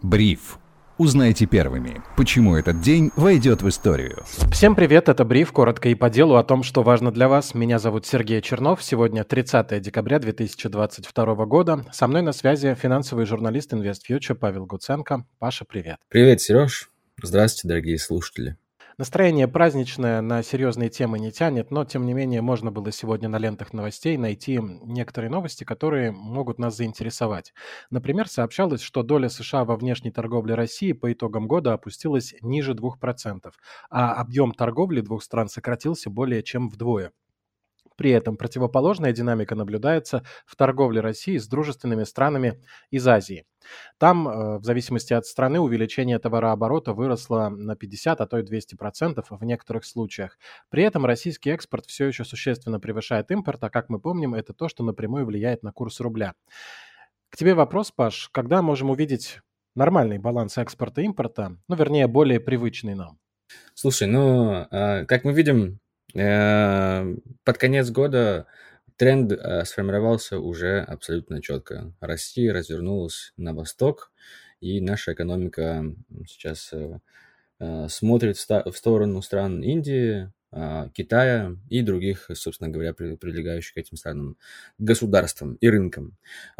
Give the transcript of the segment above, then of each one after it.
Бриф. Узнайте первыми, почему этот день войдет в историю. Всем привет, это Бриф, коротко и по делу о том, что важно для вас. Меня зовут Сергей Чернов, сегодня 30 декабря 2022 года. Со мной на связи финансовый журналист InvestFuture Павел Гуценко. Паша, привет. Привет, Сереж. Здравствуйте, дорогие слушатели. Настроение праздничное, на серьезные темы не тянет, но, тем не менее, можно было сегодня на лентах новостей найти некоторые новости, которые могут нас заинтересовать. Например, сообщалось, что доля США во внешней торговле России по итогам года опустилась ниже 2%, а объем торговли двух стран сократился более чем вдвое. При этом противоположная динамика наблюдается в торговле России с дружественными странами из Азии. Там, в зависимости от страны, увеличение товарооборота выросло на 50, а то и 200% в некоторых случаях. При этом российский экспорт все еще существенно превышает импорт, а как мы помним, это то, что напрямую влияет на курс рубля. К тебе вопрос, Паш, когда можем увидеть нормальный баланс экспорта и импорта, вернее, более привычный нам? Слушай, как мы видим, под конец года тренд сформировался уже абсолютно четко. Россия развернулась на восток, и наша экономика сейчас смотрит в сторону стран Индии, Китая и других, собственно говоря, прилегающих к этим странам государствам и рынкам.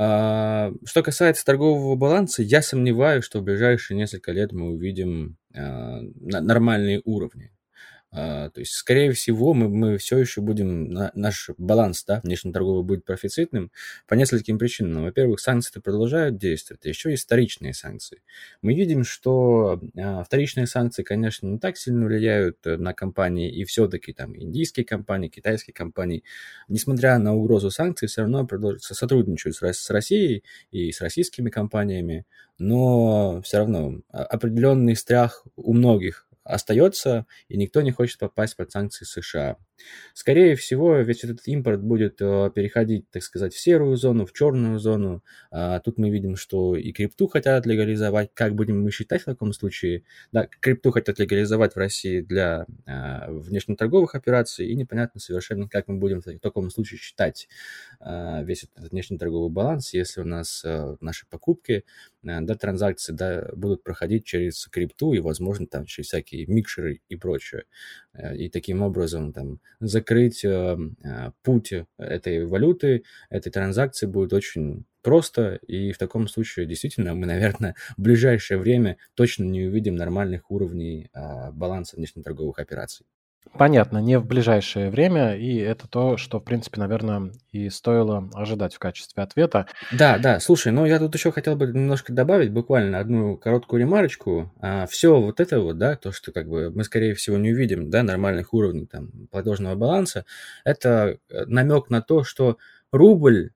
Что касается торгового баланса, я сомневаюсь, что в ближайшие несколько лет мы увидим нормальные уровни. То есть, скорее всего, мы все еще будем, наш баланс, да, внешнеторговый будет профицитным по нескольким причинам. Во-первых, санкции продолжают действовать, а еще и вторичные санкции. Мы видим, что вторичные санкции, конечно, не так сильно влияют на компании, и все-таки там индийские компании, китайские компании, несмотря на угрозу санкций, все равно сотрудничают с Россией и с российскими компаниями, но все равно определенный страх у многих остается, и никто не хочет попасть под санкции США. Скорее всего, весь этот импорт будет переходить, так сказать, в серую зону, в черную зону. Тут мы видим, что и крипту хотят легализовать. Как будем мы считать в таком случае? Да, крипту хотят легализовать в России для внешнеторговых операций, и непонятно совершенно, как мы будем в таком случае считать весь этот внешнеторговый баланс, если у нас наши покупки, транзакции будут проходить через крипту и, возможно, там через всякие микшеры и прочее. И таким образом там закрыть путь этой валюты, этой транзакции будет очень просто, и в таком случае действительно мы, наверное, в ближайшее время точно не увидим нормальных уровней баланса внешнеторговых операций. Понятно, не в ближайшее время, и это то, что, в принципе, наверное, и стоило ожидать в качестве ответа. Да, слушай, я тут еще хотел бы немножко добавить, буквально одну короткую ремарочку. Все вот это вот, да, то, что как бы мы, скорее всего, не увидим, да, нормальных уровней там платежного баланса, это намек на то, что рубль,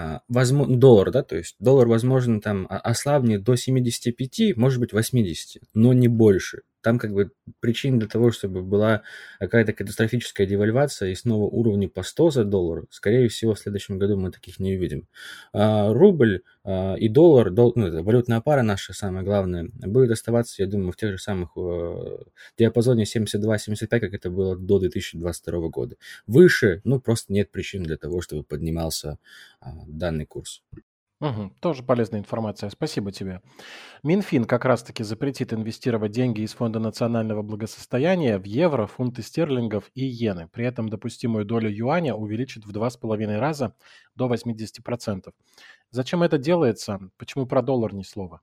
доллар, да, то есть доллар, возможно, там ослабнет до 75, может быть, 80, но не больше. Там как бы причин для того, чтобы была какая-то катастрофическая девальвация и снова уровни по 100 за доллар, скорее всего, в следующем году мы таких не увидим. Рубль и доллар, это валютная пара наша, самое главное, будет оставаться, я думаю, в тех же самых диапазоне 72-75, как это было до 2022 года. Выше, просто нет причин для того, чтобы поднимался данный курс. Тоже полезная информация, спасибо тебе. Минфин как раз-таки запретит инвестировать деньги из Фонда национального благосостояния в евро, фунты стерлингов и иены. При этом допустимую долю юаня увеличит в 2,5 раза до 80%. Зачем это делается? Почему про доллар ни слова?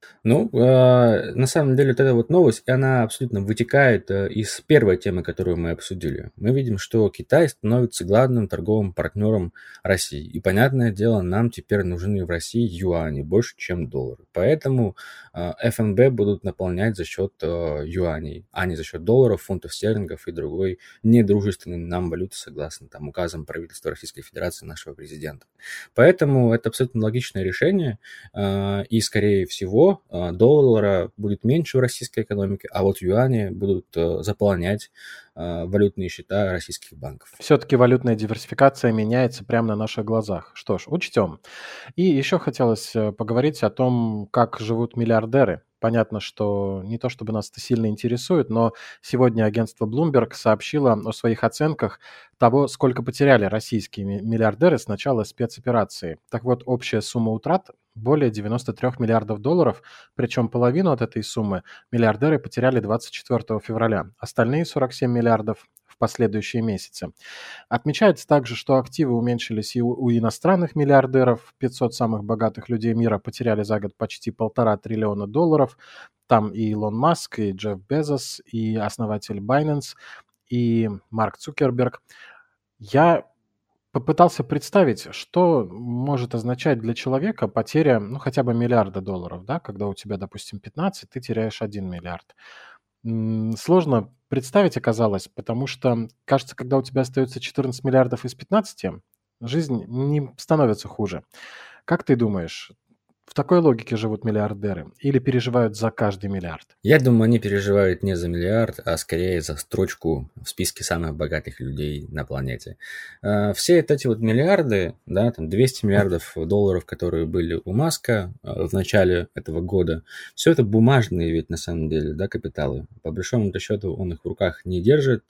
На самом деле, вот эта вот новость, она абсолютно вытекает из первой темы, которую мы обсудили. Мы видим, что Китай становится главным торговым партнером России. И, понятное дело, нам теперь нужны в России юани больше, чем доллары. Поэтому ФНБ будут наполнять за счет юаней, а не за счет долларов, фунтов стерлингов и другой недружественной нам валюты, согласно там указам правительства Российской Федерации, нашего президента. Поэтому это абсолютно логичное решение, и, скорее всего, доллара будет меньше в российской экономике, а вот юани будут заполнять валютные счета российских банков. Все-таки валютная диверсификация меняется прямо на наших глазах. Что ж, учтем. И еще хотелось поговорить о том, как живут миллиардеры. Понятно, что не то чтобы нас это сильно интересует, но сегодня агентство Bloomberg сообщило о своих оценках того, сколько потеряли российские миллиардеры с начала спецоперации. Так вот, общая сумма утрат более 93 миллиардов долларов, причем половину от этой суммы миллиардеры потеряли 24 февраля, остальные 47 миллиардов в последующие месяцы. Отмечается также, что активы уменьшились и у иностранных миллиардеров. 500 самых богатых людей мира потеряли за год почти 1,5 триллиона долларов. Там и Илон Маск, и Джефф Безос, и основатель Binance, и Марк Цукерберг. Я попытался представить, что может означать для человека потеря, ну, хотя бы миллиарда долларов, да, когда у тебя, допустим, 15, ты теряешь 1 миллиард. Сложно представить оказалось, потому что, кажется, когда у тебя остается 14 миллиардов из 15, жизнь не становится хуже. Как ты думаешь, в такой логике живут миллиардеры или переживают за каждый миллиард? Я думаю, они переживают не за миллиард, а скорее за строчку в списке самых богатых людей на планете. Все эти вот миллиарды, да, там 200 миллиардов долларов, которые были у Маска в начале этого года, все это бумажные ведь на самом деле, да, капиталы. По большому счету он их в руках не держит,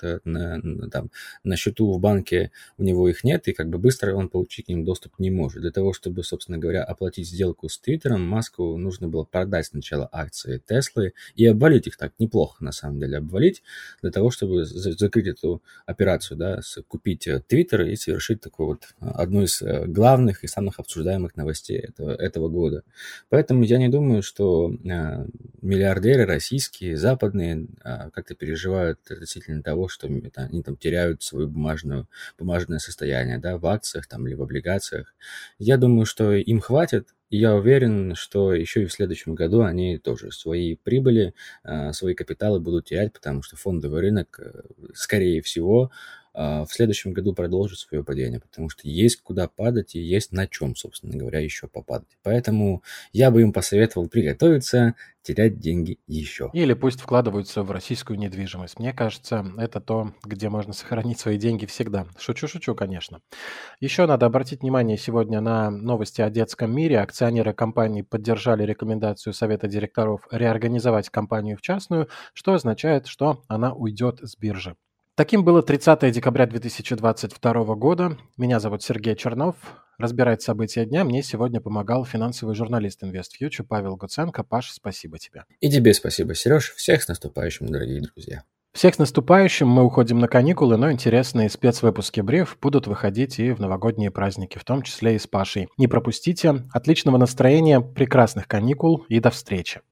на счету в банке у него их нет, и как бы быстро он получить к ним доступ не может. Для того, чтобы, собственно говоря, оплатить сделку с Твиттером, Маску нужно было продать сначала акции Теслы и обвалить их так неплохо, на самом деле, обвалить, для того, чтобы закрыть эту операцию, да, купить Твиттер и совершить такую вот одну из главных и самых обсуждаемых новостей этого года. Поэтому я не думаю, что миллиардеры российские, западные как-то переживают относительно того, что они там теряют свое бумажное состояние, да, в акциях там или в облигациях. Я думаю, что им хватит. И я уверен, что еще и в следующем году они тоже свои прибыли, свои капиталы будут терять, потому что фондовый рынок, скорее всего, в следующем году продолжит свое падение, потому что есть куда падать и есть на чем, собственно говоря, еще попадать. Поэтому я бы им посоветовал приготовиться, терять деньги еще. Или пусть вкладываются в российскую недвижимость. Мне кажется, это то, где можно сохранить свои деньги всегда. Шучу, конечно. Еще надо обратить внимание сегодня на новости о детском мире. Акционеры компании поддержали рекомендацию Совета директоров реорганизовать компанию в частную, что означает, что она уйдет с биржи. Таким было 30 декабря 2022 года. Меня зовут Сергей Чернов. Разбирать события дня мне сегодня помогал финансовый журналист InvestFuture Павел Гуценко. Паш, спасибо тебе. И тебе спасибо, Сереж. Всех с наступающим, дорогие друзья. Всех с наступающим. Мы уходим на каникулы, но интересные спецвыпуски «Бриф» будут выходить и в новогодние праздники, в том числе и с Пашей. Не пропустите. Отличного настроения, прекрасных каникул и до встречи.